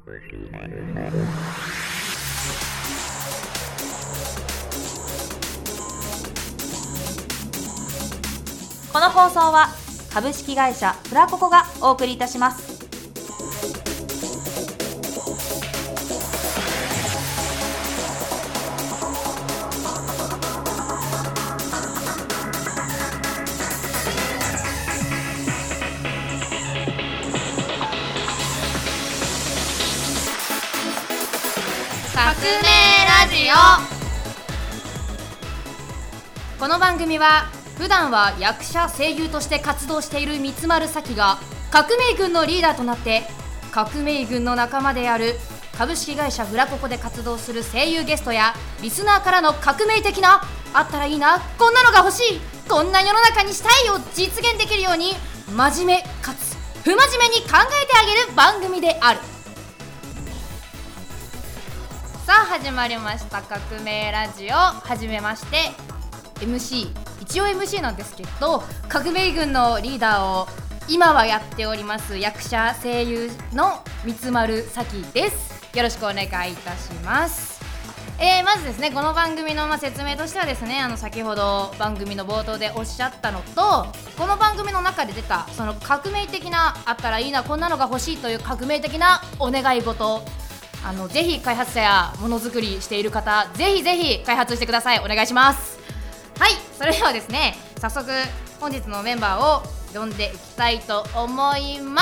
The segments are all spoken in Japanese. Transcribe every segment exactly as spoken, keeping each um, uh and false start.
この放送は株式会社フラココがお送りいたします。 革命ラジオ。 この番組は普段は役者声優として活動している三丸咲が革命軍のリーダーとなって革命軍の仲間である株式会社フラココで活動する声優ゲストやリスナーからの革命的なあったらいいな、こんなのが欲しい、こんな世の中にしたいを実現できるように真面目かつ不真面目に考えてあげる番組である。さあ始まりました革命ラジオ。はじめまして エムシー、一応 エムシー なんですけど革命軍のリーダーを今はやっております役者声優の三丸咲です。よろしくお願いいたします。えー、まずですね、この番組のまあ説明としてはですね、あの先ほど番組の冒頭でおっしゃったのと、この番組の中で出たその革命的なあったらいいな、こんなのが欲しいという革命的なお願い事、あのぜひ開発者やものづくりしている方、ぜひぜひ開発してください。お願いします。はい、それではですね、早速本日のメンバーを呼んでいきたいと思います。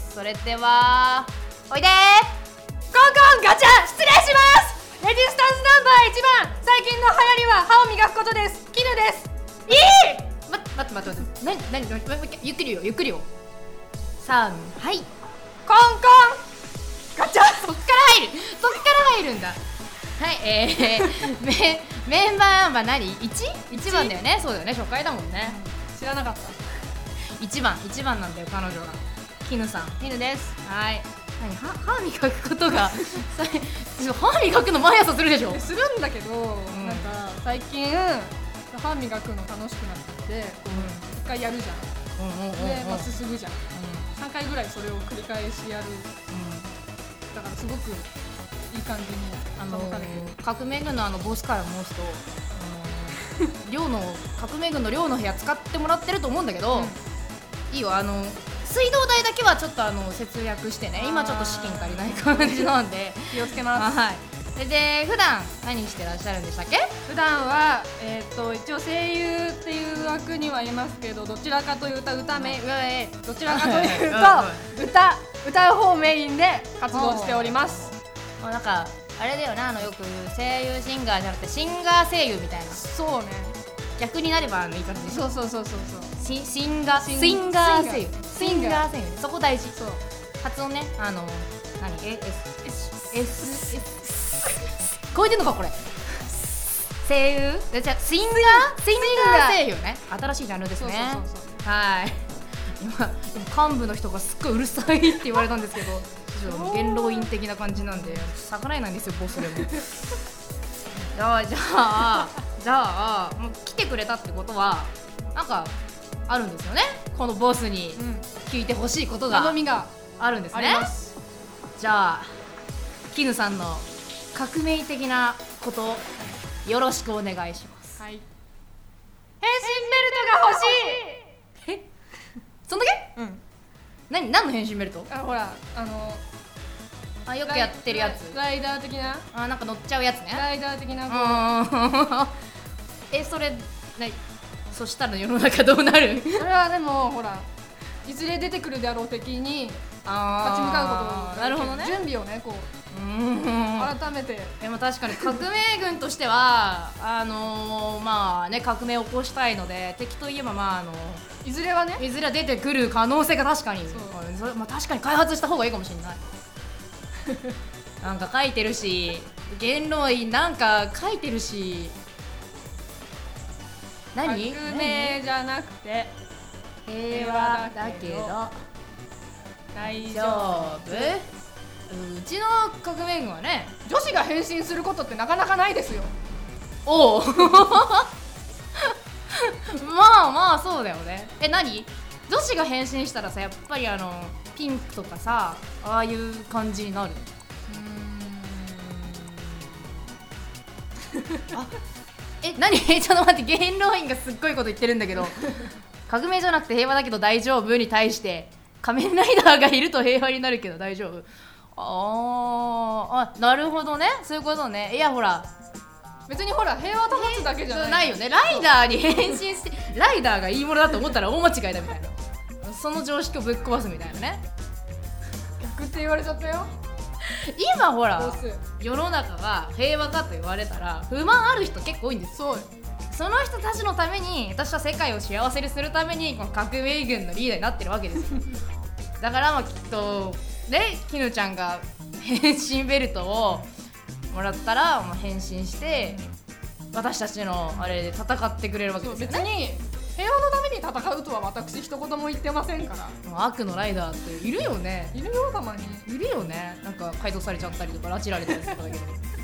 それではおいでー。 コンコンガチャ失礼します。レジスタンスナンバーいちばん、最近の流行りは歯を磨くことです。絹です。いい待って待って待って待って、なになになに、ゆっくりよゆっくりよ。さん、はい、 コンコンガチャ。 そっから入るそっから入るんだ。はい、えー、メ, メンバーは何 いち?いち 番だよね。そうだよね、初回だもんね。 知らなかった。 いちばんいちばんなんだよ彼女が。絹さん、絹です。はい、何、歯歯磨くことが歯磨くの毎朝するでしょ。 するんだけど、うん、なんか最近歯磨くの楽しくなってきて、うん、いっかいやるじゃん、うんうんうんうん、で、まあ、すすぐじゃん、うん、さんかいぐらいそれを繰り返しやる、うん、だからすごくいい感じにあのー、革命軍のあのボスから申すと、あのー、寮の革命軍の寮の部屋使ってもらってると思うんだけど、うん、いいよ、あの水道代だけはちょっとあの節約してね。今ちょっと資金足りない感じなんで気をつけます。 はい。で普段何してらっしゃるんでしたっけ？ 普段は、えー、と一応声優っていう枠にはいますけど、どちらかというと歌めどちらかというと歌歌う方メインで活動しております。 あ、なんかあれだよな、あのよく声優シンガーじゃなくてシンガー声優みたいな。 そうね、 逆になればいい感じでしょ。 そうそうそうそうそう。 シシンガーシンガー声優シンガー声優、そこ大事。そう、発音ね、あの何 エスエスエス 超えてんのかこれ。声優じゃシンガーシンガー声優ね、新しいジャンルですね。そうそうそうそう、はい。今幹部の人がすっごいうるさいって言われたんですけど、元老院的な感じなんで逆らえないんですよ、ボスでも。じゃあじゃあじゃあもう来てくれたってことはなんかあるんですよね。このボスに聞いてほしいことが頼みがあるんですね。 あります。 じゃあ絹さんの革命的なことよろしくお願いします。 はい。変身ベルトが欲しい。 え、そんだけ？うん。何何の変身ベルト？ あ、ほら、あのあ、よくやってるやつ。 ライダー的な。 あ、なんか乗っちゃうやつね。 ライダー的な。 え、それな、そしたら世の中どうなる？ それはでもほら、いずれ出てくるであろう敵に立ち向かうこと。 なるほどね。 準備をね、こう、うん、改めて。 でも確かに革命軍としてはあのー、まあね、革命を起こしたいので、敵といえばまああのいずれはね、 いずれは出てくる可能性が確かに、それ、まあ、確かに開発した方がいいかもしれない。なんか書いてるし、元老院なんか書いてるし。何？ 革命じゃなくて平和だけど大丈夫？うちの革命軍はね、 女子が変身することってなかなかないですよ。 おお。まあまあそうだよね。え、何？女子が変身したらさ、やっぱりあのピンクとかさ、ああいう感じになる？ え何ちょっと待って、元老院がすっごいこと言ってるんだけど革命じゃなくて平和だけど大丈夫に対して仮面ライダーがいると平和になるけど大丈夫。あーあ、なるほどね、そういうことね。いやほら別にほら平和保つだけじゃないないよね。ライダーに変身してライダーがいいものだと思ったら大間違いだみたいなその常識をぶっ壊すみたいなね。 逆って言われちゃったよ。 今ほらどうする世の中が平和かと言われたら不満ある人結構多いんですよ。 そうよ。 その人たちのために私は世界を幸せにするためにこの革命軍のリーダーになってるわけですよだからまあきっとね、絹ちゃんが変身ベルトをもらったらもう変身して私たちのあれで戦ってくれるわけそうですよね。 別に平和のために戦うとは私一言も言ってませんからもう悪のライダーっているよね。 いるよたまに。 いるよね。なんか改造されちゃったりとか拉致られたりするんだけど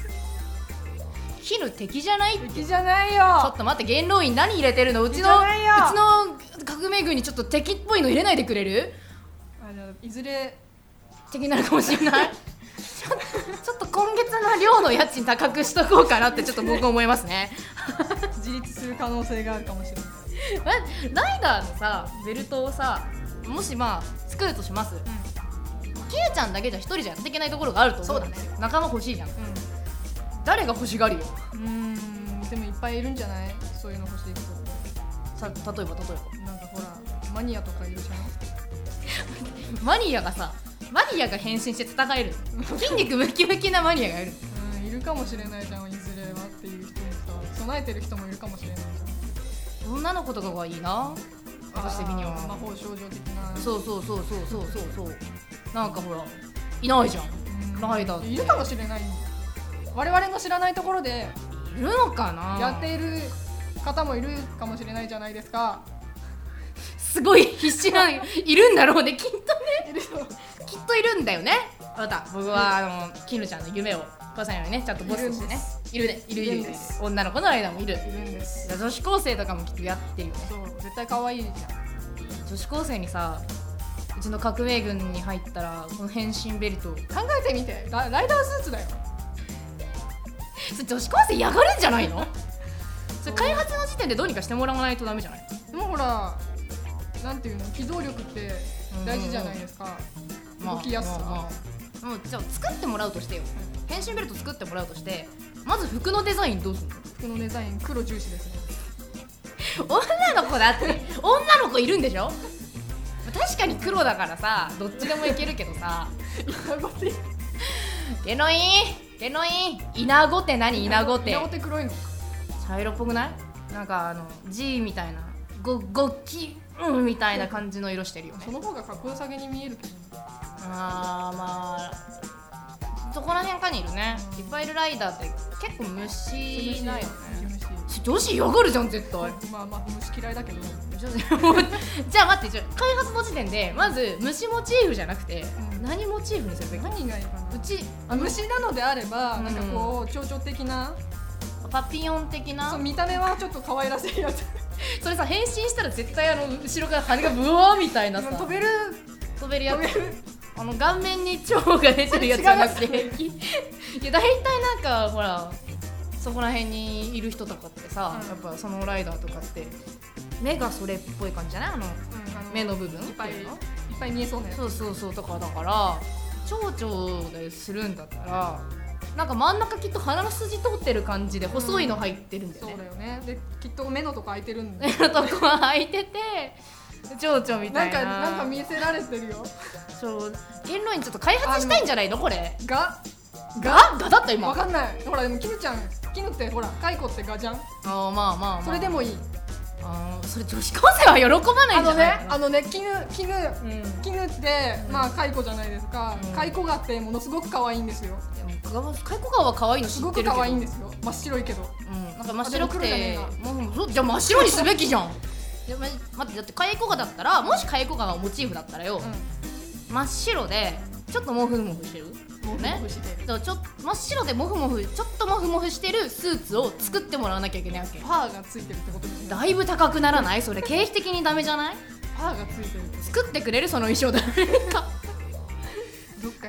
絹敵じゃないって。 敵じゃないちょよっと待って、元老院何入れてるの。うちのじゃないようちの革命軍にちょっと敵っぽいの入れないでくれる。 あのいずれ敵になるかもしれないちょちょっと今月の寮の家賃高くしとこうかなってちょっと僕思いますね自立する可能性があるかもしれないライダーのさベルトをさもしまあ作るとします、キユちゃんだけじゃ一人じゃやっていけないところがあると思うんですよ。仲間欲しいじゃん、誰が欲しがるよ。 うん、うーんでもいっぱいいるんじゃない、そういうの欲しい人。 さ例えば例えばなんかほらマニアとかいるじゃんマニアがさマニアが変身して戦える筋肉ムキムキなマニアがいる。 うん、いるかもしれないじゃん、いずれはっていう人もさ、備えてる人もいるかもしれないじゃん。 女の子とかがいいな、私的には。 魔法少女的な。 そうそうそうそうそうそうそうなんかほらいないじゃん、 うんライダーっているかもしれない。我々の知らないところでいるのかな。 やっている方もいるかもしれないじゃないですか。 すごい必死なのいるんだろうね、きっとねいるよきっといるんだよね。わかった、僕はあのキヌちゃんの夢を母さんよりねちゃんとボスとしてねいるねいるいるいるいるんです女の子の間もいる。 いるんです。 女子高生とかもきっとやってるよね。 そう絶対可愛いじゃん。 女子高生にさうちの革命軍に入ったらこの変身ベルト考えてみて、ラライダースーツだよ。 それ女子高生嫌がるんじゃないのそれ開発の時点でどうにかしてもらわないとダメじゃない。 でもほらなんていうの、機動力って大事じゃないですか。動きやすさ、 まあまあまあもうじゃあ作ってもらうとしてよ、変身ベルト作ってもらうとしてまず服のデザインどうするの。 服のデザイン黒重視ですね。 女の子だって女の子いるんでしょ。確かに黒だからさどっちでもいけるけどさゲノインゲノインイナゴって何。イナゴってイナゴって黒いの。 茶色っぽくない。なんかあの G みたいなゴゴッキうんみたいな感じの色してるよね。 その方がかっこよさげに見えるけど。 あーまあそこら辺かにいるね、いっぱいいるライダーって結構虫いないよね。女子嫌がるじゃん絶対まあまあ虫嫌いだけど。 じゃあ待って、じゃあ開発の時点でまず虫モチーフじゃなくて、うん、何モチーフにするべき。 何がいいかな。 うちあ虫なのであれば、 うん、 なんかこう蝶々的なパピヨン的な。 そう見た目はちょっと可愛らしいやつそれさ変身したら絶対あの後ろから羽がブワーみたいなさ飛べる飛べるやつ。 飛べるあの顔面に蝶が出てるやつじゃなくていや大体なんかほらそこら辺にいる人とかってさ、うん、やっぱそのライダーとかって目がそれっぽい感じじゃない。あの、うん、あの目の部分いっぱいいっぱい見えそうなやつ。 そうそうそうとかだから蝶々でするんだったらなんか真ん中きっと鼻の筋通ってる感じで細いの入ってるんだよね、 うん、そうだよね。できっと目のとこ開いてるんだよ目のとこは開いてて蝶々みたいななんかなんか見せられてるよ。 そう元老院ちょっと開発したいんじゃないのこれ。 がががだった今わかんない。ほらでもキヌちゃんキヌってほらカイコってガじゃん。 あーまあまあまあそれでもいい。 あそれ女子高生は喜ばないんじゃない。 あのねあのねキヌキヌ、 うん、 キヌって、うん、まあカイコじゃないですか、 うん、 カイコガってものすごく可愛いんですよ。 カイコガは可愛いの知ってるけどすごく可愛いんですよ。真っ白いけど、 うん、なんか真っ白くてもうじゃあ真っ白にすべきじゃんいや、ま、待ってだってカイコガだったらもしカイコガがモチーフだったらよ、うん、真っ白でちょっとモフモフしてるモフモフしてる、 ね、ちょ真っ白でモフモフちょっとモフモフしてるスーツを作ってもらわなきゃいけないわけ、 ファーがついてるってことですね。 だいぶ高くならないそれ経費的にダメじゃない。 ファーがついてるって作ってくれるその衣装誰かどっか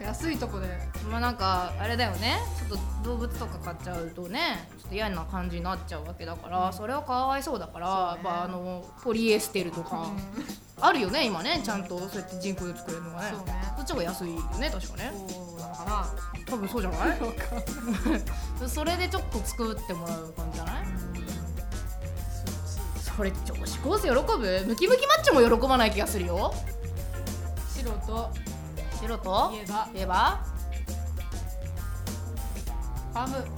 安いとこでまあなんかあれだよね、ちょっと動物とか買っちゃうとねちょっと嫌な感じになっちゃうわけだから、うん、それはかわいそうだから、ね、まあ、あのポリエステルとか、うん、あるよね今ね、ちゃんとそうやって人工で作れるのがね、そうね、そっちが安いよね確かね。 そうなのかな、 多分そうじゃないそれでちょっと作ってもらう感じじゃない、うん、それ女子高生喜ぶ？ムキムキマッチョも喜ばない気がするよ。 白と白と言えば言えばファム。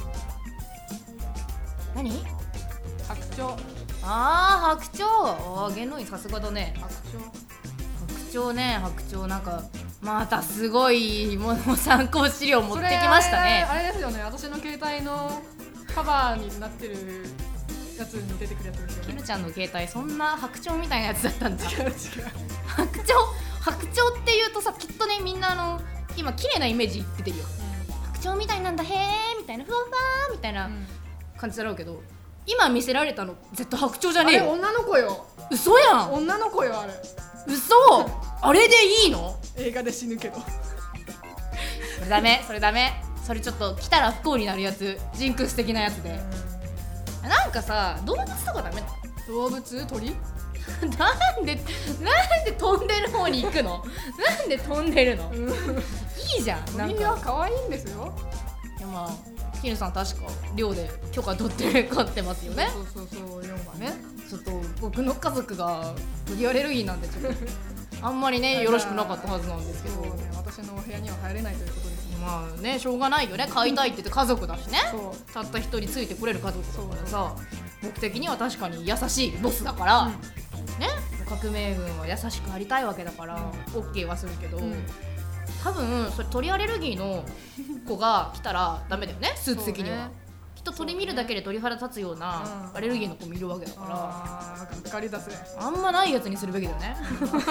何？ 白鳥。 あー白鳥。あー元老院さすがだね。 白鳥白鳥ね、白鳥なんかまたすごいもの参考資料持ってきましたね。 あれ、あれですよね、私の携帯のカバーになってるやつに出てくるやつですよね。 きぬちゃんの携帯そんな白鳥みたいなやつだったんだ。 違う違う白鳥白鳥っていうとさ、きっとねみんなあの今綺麗なイメージ出てるよ、うん、白鳥みたいなんだへーみたいなふわふわーみたいな感じだろうけど、今見せられたの絶対白鳥じゃねえよ。 あれ女の子よ。 嘘やん。 女の子よあれ。 嘘あれでいいの？ 映画で死ぬけどそれダメそれダメ、それちょっと来たら不幸になるやつ、ジンクス的なやつで、うん、なんかさ動物とかダメなの？ 動物？鳥？ なんでなんで飛んでる方に行くの？なんで飛んでるの？いいじゃん。 鳥は可愛いんですよ。 いやまあキヌさん確か寮で許可取って飼ってますよね。 そうそうそうそう、寮はね。 ちょっと僕の家族が鳥アレルギーなんでちょっとあんまりねよろしくなかったはずなんですけど、 そうね、私のお部屋には入れないということですね。 まあねしょうがないよね、飼いたいって言って家族だしねたった一人ついてくれる家族だからさ、僕的には確かに優しいボスだから、うん、ね、革命軍は優しくありたいわけだから、うん、OK はするけど、うん、多分それ鳥アレルギーの子が来たらダメだよねスーツ的には、ね、きっと鳥見るだけで鳥肌立つようなアレルギーの子もいるわけだから、 あー、がっかりだぜ。 あんまないやつにするべきだよねきぬちゃ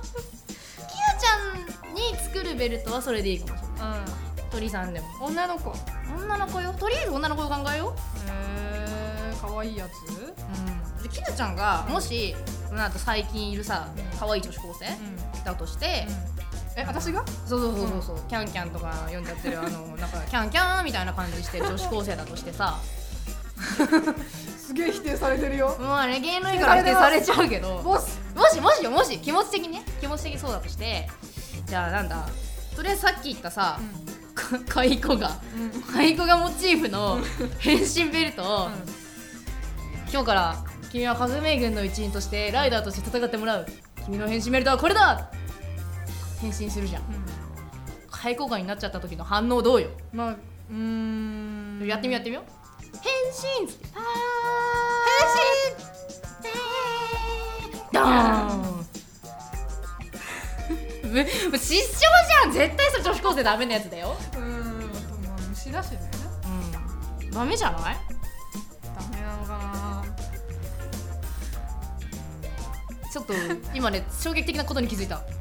んに作るベルトはそれでいいかもしれない、うん、鳥さんでも女の子女の子よ、とりあえず女の子を考えよう。 へー、かわいいやつ。 うん、できぬちゃんがもし、うん、なんと最近いるさ可愛い女子高生、うん、だとして、 うん、え、私が？ そうそうそうそう、うん、キャンキャンとか呼んじゃってるあのなんかキャンキャンみたいな感じしてる女子高生だとしてさすげえ否定されてるよ。 まあね、芸能人から否定されちゃうけど、 ボスもしもしよ、もし気持ち的にね、気持ち的にそうだとして、じゃあなんだ、とりあえずさっき言ったさ、うん、カイコが、うん、カイコがモチーフの変身ベルトを、うん、今日から君は革命軍の一員としてライダーとして戦ってもらう。君の変身ベルトはこれだ。変身するじゃん。カイコガになっちゃった時の反応どうよ。 まあ、うーん、 やってみようやってみよう。変身っつってパー変身ドーン失笑じゃん。絶対それ女子高生ダメなやつだよ。 うーん、まあ、虫だしね。 うん、ダメじゃない？ ダメなのかな。 ちょっと今ね衝撃的なことに気づいた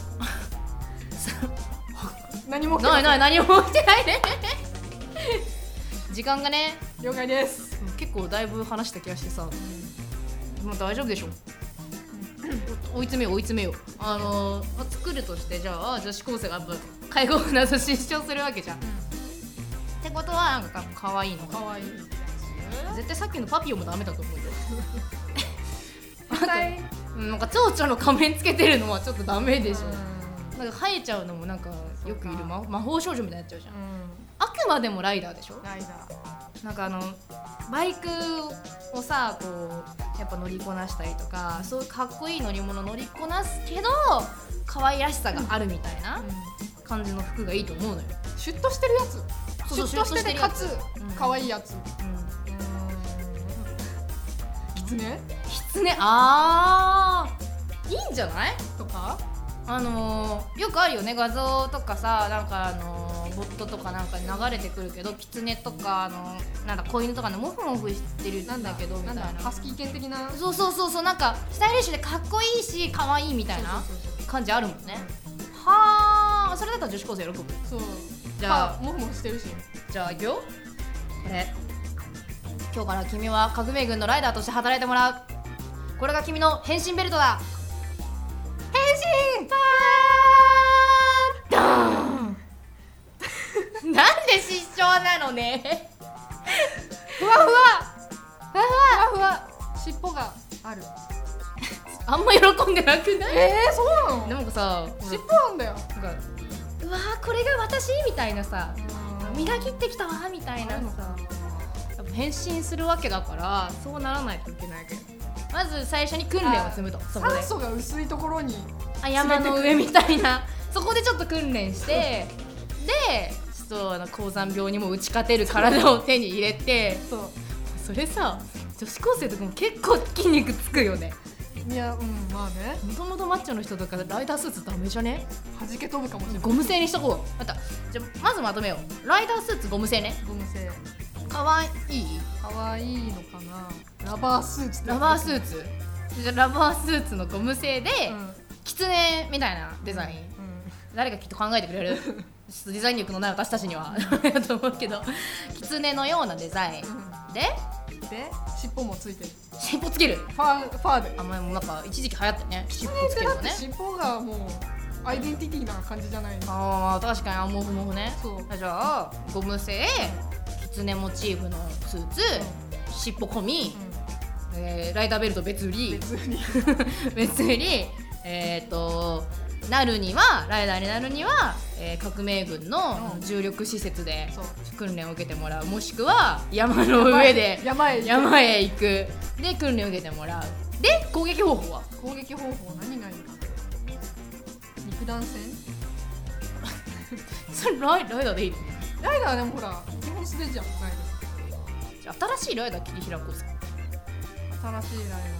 何も起きてないない何も起きてないね時間がね。 了解です。 結構だいぶ話した気がしてさ、うん、もう大丈夫でしょ、うん、追い詰めよう追い詰めよう。あのー、作るとしてじゃあ女子高生がやっぱ介護など失笑するわけじゃん、うん、ってことはなんかかわいいのかわいい絶対さっきのパピオもダメだと思うよ絶対なんか蝶々の仮面つけてるのはちょっとダメでしょ、うん、なんか生えちゃうのもなんかよくいる魔法少女みたいになっちゃうじゃん、うん、あくまでもライダーでしょ。 ライダーなんかあのバイクをさこうやっぱ乗りこなしたりとか、そういうかっこいい乗り物乗りこなすけど可愛らしさがあるみたいな感じの服がいいと思うのよ。 シュッとしてるやつ。 そうそう、 シュッとしててかつ可愛いやつ。キツネ？ キツネ、あーいいんじゃない？ とかあのー、よくあるよね、画像とかさ、なんかあのー、ボットとかなんかに流れてくるけど、キツネとかあのー、なんだ子犬とかねモフモフしてるんだけどみたいな、 ハスキー犬的な。 そうそうそうそう、なんかスタイリッシュでかっこいいし可愛いみたいな感じあるもんね。はあ、それだったら女子高生喜ぶ。 そう。 じゃあモフモフしてるし。 じゃあいくよ。これ今日から君は革命軍のライダーとして働いてもらう。これが君の変身ベルトだ。変身パーンドーンなんで失笑なのねふわふわふわふわ尻尾がある。 あんま喜んでなくない？ えー、そうなの？ でもさ尻尾なんだよ。 なんかうわーこれが私みたいなさ、磨きってきたわみたいなさ、やっぱ変身するわけだからそうならないといけないけど、まず最初に訓練を積むと、そこで酸素が薄いところにあ山の上みたいなそこでちょっと訓練してでちょっとあの高山病にも打ち勝てる体を手に入れてそうそれさ女子高生とかも結構筋肉つくよね。 いやうんまあねもともとマッチョの人とかライダースーツダメじゃね？ 弾け飛ぶかもしれない。 ゴム製にしとこう。またじゃあまずまとめよう。ライダースーツゴム製ね。 ゴム製かわいい。 かわいいのかな。ラバースーツってラバースーツじゃあラバースーツのゴム製で、 うん、 キツネみたいなデザイン、 うん、 誰かきっと考えてくれるちょっとデザイン力のない私たちにはだと思うけどキツネのようなデザイン、うん、でで尻尾もついてる。 尻尾つける。 ファーファーであんまりもうなんか一時期流行ったね尻尾つけるのね。 尻尾がもうアイデンティティな感じじゃない。 あー確かにあモフモフね。 そうじゃあゴム製キツネモチーフのスーツ、うん、尻尾込み、うんえー、ライダーベルト別売り別売り別売りえっ、ー、となるにはライダーになるには、えー、革命軍の重力施設で訓練を受けてもらう、もしくは山の上で山へ山へ行くで訓練を受けてもらう。で攻撃方法は攻撃方法何がいいか。肉弾戦それライライダーでいいの？ ライダーでもほら基本素手じゃん。ライじゃあ新しいライダー切り開こうぜ。 ダー新しいライダー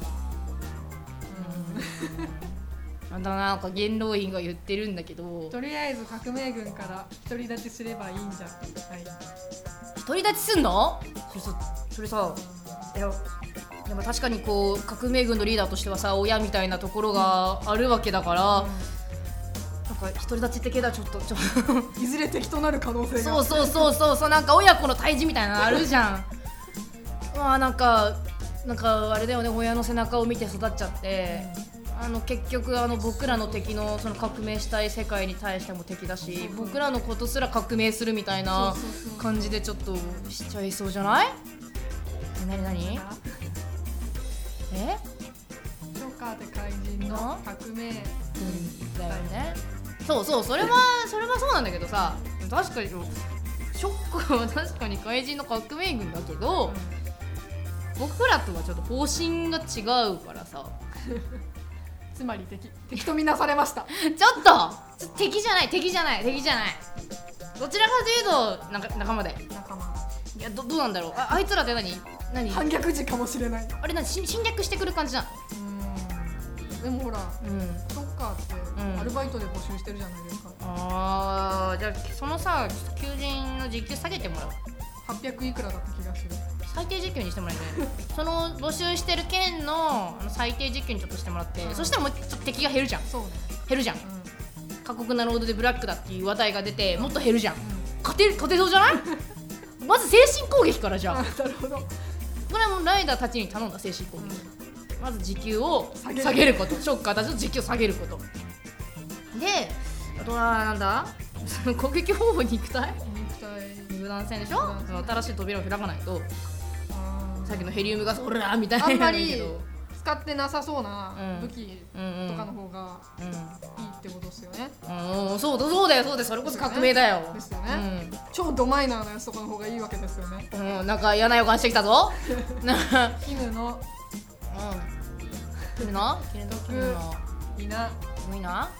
またなんか元老院が言ってるんだけど、 とりあえず革命軍から独り立ちすればいいんじゃん。はい、 独り立ちすんの？それさ、それさいやでも確かにこう革命軍のリーダーとしてはさ親みたいなところがあるわけだから、うん、なんか独り立ち的だちょっとちょいずれ敵となる可能性が。 そうそうそうそうそうなんか親子の対峙みたいなのあるじゃんまあなんかなんかあれだよね親の背中を見て育っちゃって。うんあの結局あの僕らの敵のその革命したい世界に対しても敵だし僕らのことすら革命するみたいな感じでちょっとしちゃいそうじゃない？え、なになに？え？ ショッカーって怪人の革命だよね。そうそうそれはそれはそうなんだけどさ確かにショッカーは確かに怪人の革命軍だけど、うん、僕らとはちょっと方針が違うからさつまり敵敵とみなされました。 ちょっとちょ敵じゃない敵じゃない敵じゃないどちらかというとなんか仲間で仲間いや ど, どうなんだろう あ, あいつらって何何反逆児かもしれない。 あれ何侵略してくる感じなの？ うんでもほら、うん、ショッカーってアルバイトで募集してるじゃないですか、うん、 あーじゃあそのさ求人の時給下げてもらおう。 はっぴゃくいくらだった気がする。 最低時給にしてもらえないその募集してる県の最低時給にちょっとしてもらって、うん、そしたらもうちょっと敵が減るじゃん。 そうね減るじゃん、うん、過酷な労働でブラックだっていう話題が出てもっと減るじゃん、うん、勝て勝てそうじゃないまず精神攻撃からじゃんなるほど。 これはもうライダーたちに頼んだ精神攻撃、うん、まず時給を下げることショッカーたちの時給を下げることであとはなんだその攻撃方法肉体肉体肉弾戦でしょ。新しい扉を開かないとさっきのヘリウムガスオラーみたいなあんまり使ってなさそうな武器とかの方がいいってことですよね。 うん、うん、そうだそうだよそうだよそれこそ革命だよ。 ですよね、うん、超ドマイナーなやつとかの方がいいわけですよね。 うん、なんか嫌な予感してきたぞ絹のうん絹の絹の絹のいな得意な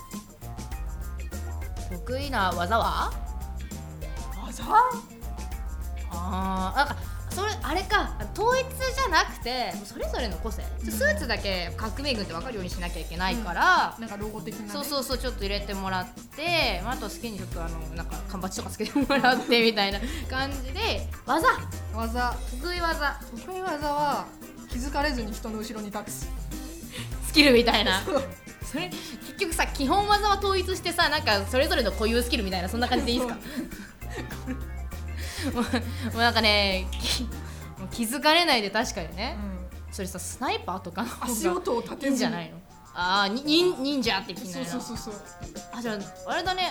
得意な技は技あーなんかそれあれか統一じゃなくてそれぞれの個性、うん、スーツだけ革命軍って分かるようにしなきゃいけないから、 うん、なんかロゴ的な、ね、 そうそうそうちょっと入れてもらって、まあ、あと好きにちょっとあのなんか缶バッジとかつけてもらってみたいな感じで技技得意技得意技は気づかれずに人の後ろに立つスキルみたいなそれ結局さ基本技は統一してさなんかそれぞれの固有スキルみたいなそんな感じでいいですかもうもうなんかねもう気づかれないで確かにね、うん、それさスナイパーとかの方が足音を立ていいんじゃないの。ああ忍者って気になるな。 そうそうそうそう。 あじゃああれだね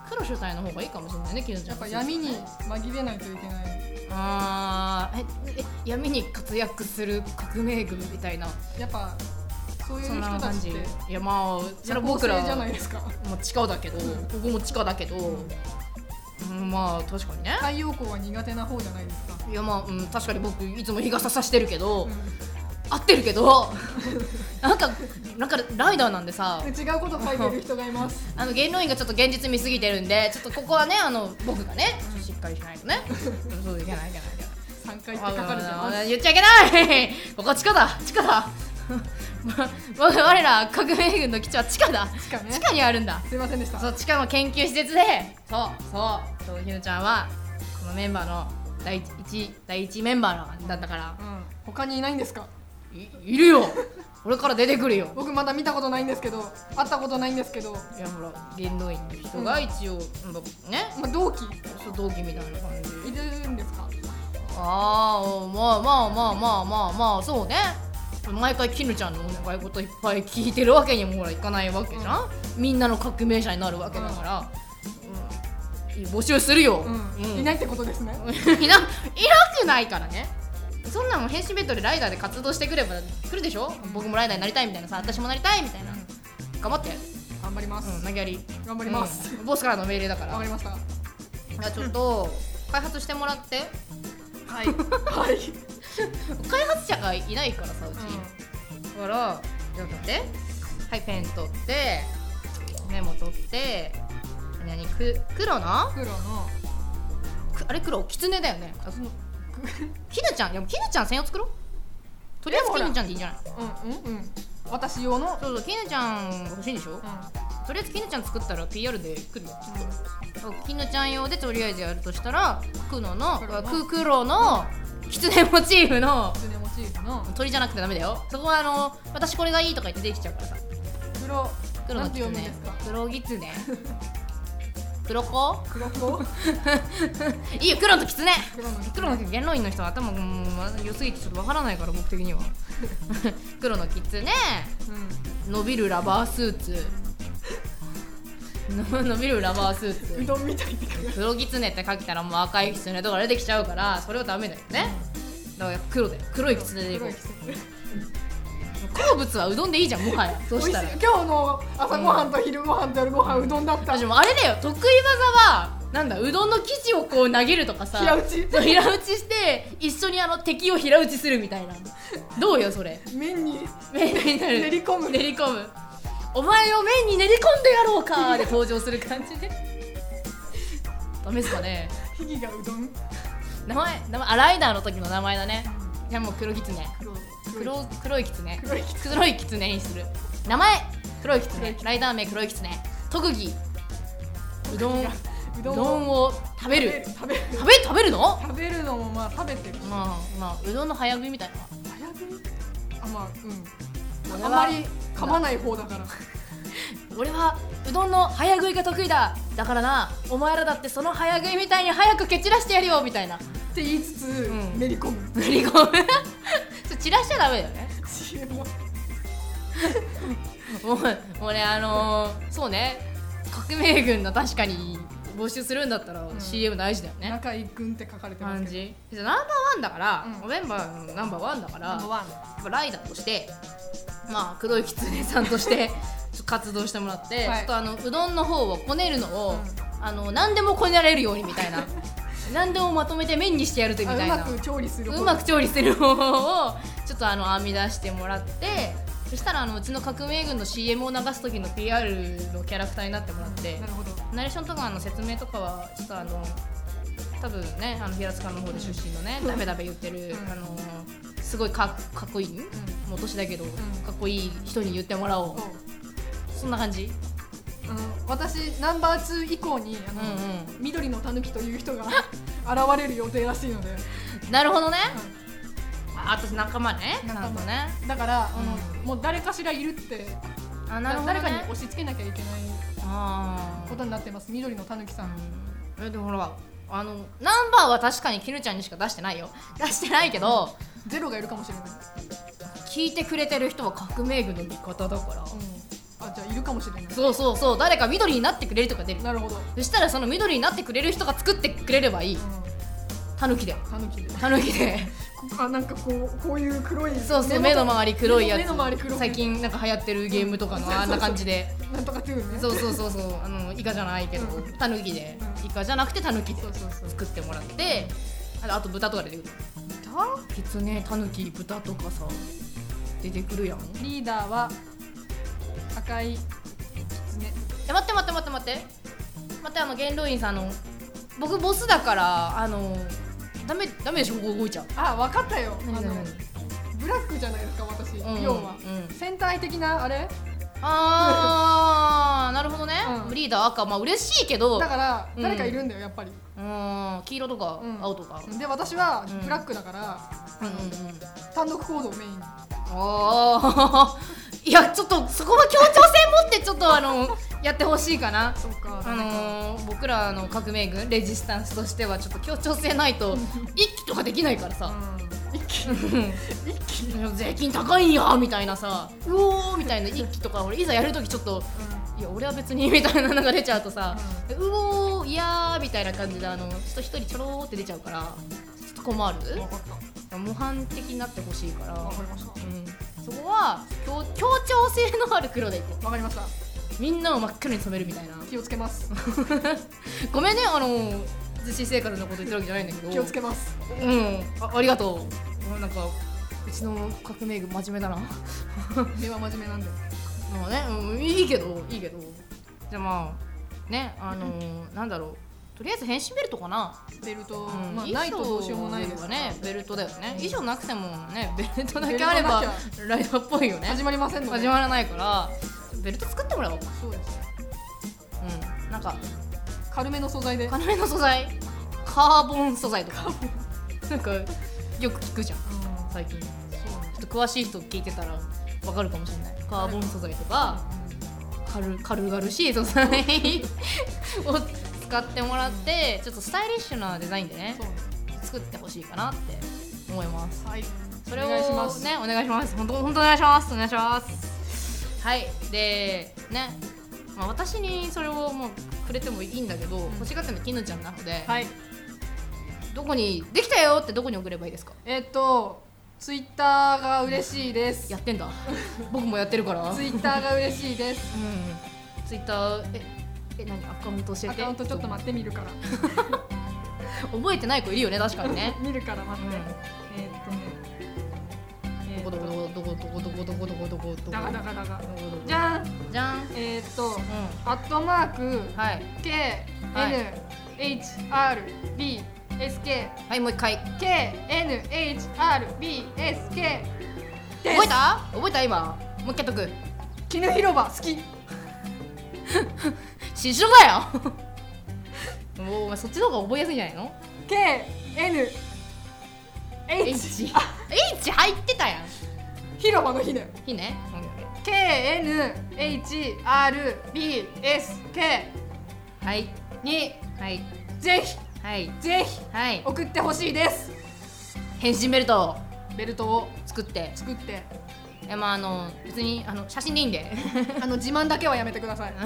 黒主体の方がいいかもしれないね、キヌちゃん。 やっぱ闇に紛れないといけない。 あーええ闇に活躍する革命軍みたいな、 やっぱそういう人たちって。 いやまあそれは僕らじゃないですか。 もう地下だけど、うん、ここも地下だけど、うん、まあ確かにね。 太陽光は苦手な方じゃないですか。 いやまあ、うん、確かに僕いつも日傘さしてるけど、 うん、 合ってるけどなんかなんかライダーなんでさ、 違うこと書いてる人がいます。 あの言論員がちょっと現実見すぎてるんで、ちょっとここはね、あの僕がねしっかりしないとねそういけないいけないいけないさんかいって書かれてます。 言っちゃいけないここ地下だ地下だ我ら革命軍の基地は地下だ。 地下ね、 地下にあるんだ。 すいませんでした。 そう、地下の研究施設で、そうそうそう、ひぬちゃんはこのメンバーの第一第一メンバーだったから、 うん、他にいないんですか。 い, いるよこれから出てくるよ。 僕まだ見たことないんですけど、会ったことないんですけど。 いやほら言動員の人が一応、うん、ね、 まあ、同期そう同期みたいな感じいるんですか。 ああまあまあまあまあまあまあそうね。毎回キヌちゃんのお願い事いっぱい聞いてるわけにもほらいかないわけじゃん、うん、みんなの革命者になるわけだから、うんうん、募集するよ、 うんうん、いないってことですねいな、いなくないからね。そんなもん変身ベッドでライダーで活動してくれば来るでしょ、うん、僕もライダーになりたいみたいなさ、私もなりたいみたいな、うん、頑張って頑張ります、 うん、投げやり頑張ります、 うん、ボスからの命令だから。 わかりました。 じゃあちょっと開発してもらってはいはい開発者がいないからさうち、うん、だからちょっと待って、はい、ペン取ってメモ取って何く黒の黒のあれ黒キツネだよね。キヌちゃん、いやキヌちゃん専用作ろう。とりあえずキヌちゃんでいいんじゃない。 うんうんうん。私用の。 そうそう、キヌちゃん欲しいんでしょ、うん、とりあえずキヌちゃん作ったら ピーアール で来るよ、うん、キヌちゃん用でとりあえずやるとしたら黒の黒 黒のキツネモチーフのキツネモチーフの鳥じゃなくてダメだよ。そこはあの私これがいいとか言ってできちゃうからさ。 黒黒のキツネ、黒ギツネ黒子黒子いいよ、黒とキツネ。黒の言論員の人は頭良すぎてちょっとわからないから僕的には黒のキツネ、うん、伸びるラバースーツ伸びるラバースーツうどんみたいって書いて黒キツネって書いたらもう赤いキツネとか出てきちゃうから、それはダメだよね、うん、だから黒だよ、黒いキツネでいこう。好物はうどんでいいじゃん、もはや。そうしたら今日の朝ごはんと昼ごはんと夜ごはん、うどんだった。 でもあれだよ、得意技はなんだ、うどんの生地をこう投げるとかさ、 平打ち平打ちして一緒にあの敵を平打ちするみたいな。どうよそれ。 麺に麺になる練り込む練り込むお前を麺に練り込んでやろうかで登場する感じでダメですかね。 ひぎがうどん名前名前あライダーの時の名前だね。じゃあもう黒キツネ黒黒いキツネ黒いキツネにする。名前黒いキツネ、ライダー名黒いキツネ、特技うどんうどんを食べる食べる食べ食べるの食べるのもまあ食べてる。 まあまあうどんの早食いみたいな。 早食いあまあうんあまり噛まない方だから俺はうどんの早食いが得意だだからな、お前らだってその早食いみたいに早く蹴散らしてやるよみたいなって言いつつ、うん、練り込む練り込む散らしちゃダメだよねシーエム はもうもうねあのー、そうね、革命軍の確かに募集するんだったら シーエム 大事だよね、 うん、中井軍って書かれてますけどナンバーワンだから、うん、メンバーのナンバーワンだからナンバーワンライダーとしてまあ黒いキツネさんとして活動してもらって、はい、ちょっとあのうどんの方をこねるのを、うん、あの何でもこねられるようにみたいな何でもまとめて麺にしてやるぜみたいな、 うまく調理する方うまく調理する方をちょっとあの編み出してもらって、そしたらあのうちの革命軍の シーエム を流す時の ピーアール のキャラクターになってもらって、うん、なるほどナレーションとかの説明とかはちょっとあの多分ねあの平塚の方で出身のね、うん、ダベダベ言ってる、うん、あのすごい か, かっこいい、うん、もう年だけど、うん、かっこいい人に言ってもらおう、うん、そんな感じ。 あの私ナンバーツー以降にあの、うんうん、緑のたぬきという人が現れる予定らしいのでなるほどね、うん、あ私仲間ね仲間ねだから、うん、あのもう誰かしらいるってあなるほど、ね、 誰かに押し付けなきゃいけないことになってます。緑のたぬきさん、 うん、えでもほらあのナンバーは確かにキヌちゃんにしか出してないよ出してないけど、 うん、ゼロがいるかもしれない。 聞いてくれてる人は革命軍の味方だから、うんあじゃあいるかもしれない。 そうそうそう、誰か緑になってくれるとか出る。 なるほど。 そしたらその緑になってくれる人が作ってくれればいい。タヌキでタヌキでタヌキであ、なんかこうこういう黒い、 そうそう、目の周り黒いやつ、 目の周り黒い、 最近なんか流行ってるゲームとかのあんな感じでなんとかトゥーンね。 そうそうそうそう、あのイカじゃないけどうんタヌキで、 うんイカじゃなくてタヌキでそうそうそう作ってもらって、あと豚とか出てくる。キツネ、タヌキ、豚とかさ出てくるやん。 リーダーは赤いキツネ。 え、待って待って待って待って待って、あの元老院さん、あの僕ボスだからあのダメダメでしょ、ここ動いちゃう。 あ、分かったよ。あの何何ブラックじゃないですか私、 うん要は、 うん、 戦隊的なあれあーなるほどね、 うんリーダー赤、まあ嬉しいけど、 だからうん誰かいるんだよやっぱり。 うん黄色とか、 うん青とか、 で私はうんブラックだから、 うんうんうん、 単独行動をメインに。 ああいやちょっとそこは協調性持ってちょっとあのやってほしいかな。 そうか。 あのー、僕らの革命軍レジスタンスとしてはちょっと協調性ないと一気とかできないからさ、 うん、一気一気、 税金高いんやみたいなさ、うおーみたいな一気とか俺いざやるときちょっといや俺は別にみたいなのが出ちゃうとさ、うおーいやーみたいな感じであのちょっと一人ちょろーって出ちゃうからちょっと困る。 分かった模範的になってほしいから、 分かりましたうん、そこは協協調性のある黒でいこ分かりました。 う。みんなを真っ黒に染めるみたいな。 気をつけます。 ごめんね、あの実習生活のこと言ってるわけじゃないんだけど、 気をつけます。 うんあ、ありがとう。なんかうちの革命軍真面目だな根は真面目なんで。 まあね、うん、いいけどいいけどじゃあまあね、あのー、なんだろう、とりあえず変身ベルトかな。 ベルト、 うんまあないとどうしようもないです衣装ね、ベルトだよね。 うん衣装なくてもね、ベルトだけあればベルトなライダーっぽいよね。 始まりませんので。 始まらないからベルト作ってもらおう。 そうです。 うん、なんか軽めの素材で。 金目の素材、カーボン素材とかなんかよく聞くじゃんうん最近。ちそうなんょっと詳しい人聞いてたらわかるかもしれない。カーボン素材とか軽軽々しい素材を使ってもらってちょっとスタイリッシュなデザインでねそう作ってほしいかなって思います。 はい。 それをお願いしますね、お願いします。本当本当お願いします。お願いします。はい。でね、まあ、私にそれをもうくれてもいいんだけど、欲しがってるのきぬちゃんなので、 はい。 どこにできたよってどこに送ればいいですか。 えっとツイッターが嬉しいです。 やってんだ僕もやってるから。 ツイッターが嬉しいです。 うん、ツイッターええ何アカウント教えて。 アカウントちょっと待ってみるから。 覚えてない子いるよね、確かにね。 見るから待って。 うんえーっとね。えーどこっとどこどこどこどこどこどこどこどこだがだがだが。 どこどこじゃん。 じゃん。 えーっとうアットマークん、はい K はい N H R B S K はい、もう一回。 K N H R B S K です。 覚えた覚えた今もう一回とく。 絹広場好き。 師匠だよもうそっちの方が覚えやすいんじゃないの。 K N H H H 入ってたやん。 広場の日ね。 いいね。 K N H R B S K はいにはいぜひはいぜひはい。 送ってほしいです。 変身ベルトをベルトを作って作っていやまああの別にあの写真でいいんであの自慢だけはやめてください。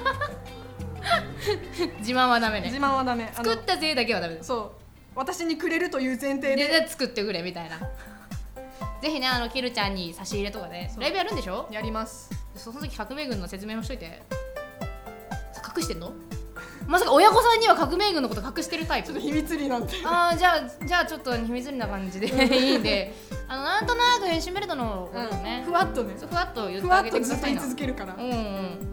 自慢はダメ自ね。 慢はダメ。あの作ったぜだけはダメです。 そう私にくれるという前提ででで作ってくれみたいな。ぜひね、あのキルちゃんに差し入れとかでそうライブやるんでしょ。 やります。 その時革命軍の説明もしといて。隠してんの。まさか親御さんには革命軍のこと隠してるタイプちょっと。秘密裏なんで。 あーじゃあじゃあちょっと秘密裏な感じでいいんで、あのなんとなく変身ベルトのことをね、 ふわっとねふわっと言ってふわあっとずっと言いげてくださいな。 続けるから。 うんうん、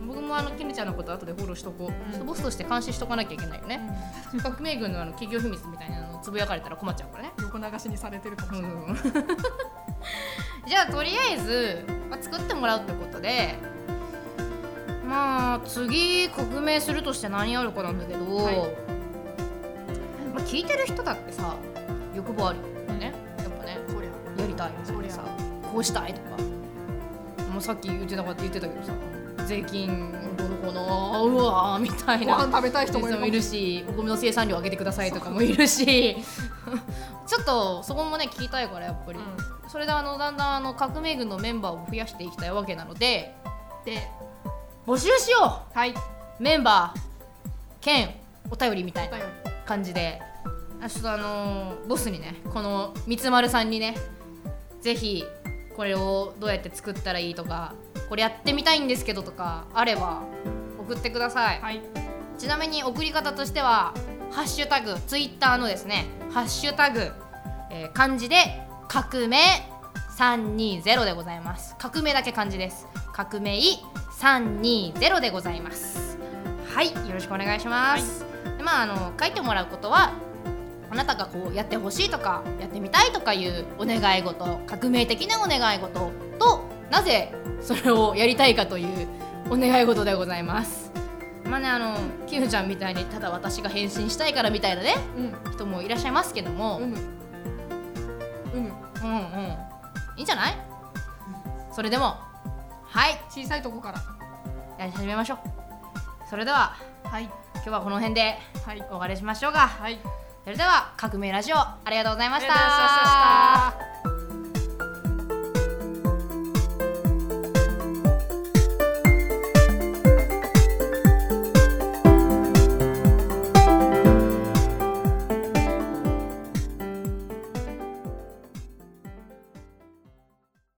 僕もあのキムちゃんのこと後でフォローしとこう、ちょっとボスとして監視しとかなきゃいけないよね、革命軍のあの企業秘密みたいなのつぶやかれたら困っちゃうからね、 横流しにされてるかもしれない。 うん、じゃあとりあえず、まあ、作ってもらうってことで、まあ次革命するとして何やるかなんだけど、 はいまあ、聞いてる人だってさ欲望あるよね、やっぱねそりゃやりたいそりゃさ、こうしたいとか、もうさっき言ってなかった言ってたけどさ、税金どうのこうのうわーみたいごな飯食べたい人もいるかもいるし、お米の生産量上げてくださいとかもいるしちょっとそこもね聞きたいからやっぱり、 うそれであのだんだんあの革命軍のメンバーを増やしていきたいわけなのでで募集しよう。はい。 う。メンバー兼お便りみたいなお便り感じで、あちょっとあのー、ボスにね、このみつまるさんにね、ぜひこれをどうやって作ったらいいとか、これやってみたいんですけどとかあれば送ってください。 はい。 ちなみに送り方としてはハッシュタグ、ツイッターのですね、ハッシュタグ、えー、漢字で革命さんにゼロでございます。革命だけ漢字です。革命さんにゼロでございます。はい、よろしくお願いします。はい、でまああの書いてもらうことは、あなたがこうやってほしいとかやってみたいとかいうお願い事、革命的なお願い事と、なぜそれをやりたいかというお願い事でございます。まあね、あのキムちゃんみたいにただ私が返信したいからみたいなね、うん、人もいらっしゃいますけども、 うむうむうんうんいいんじゃない、うん、それでもはい小さいとこからやり始めましょう。それでは、はい、今日はこの辺でお別れしましょうか。はい、それでは革命ラジオありがとうございました。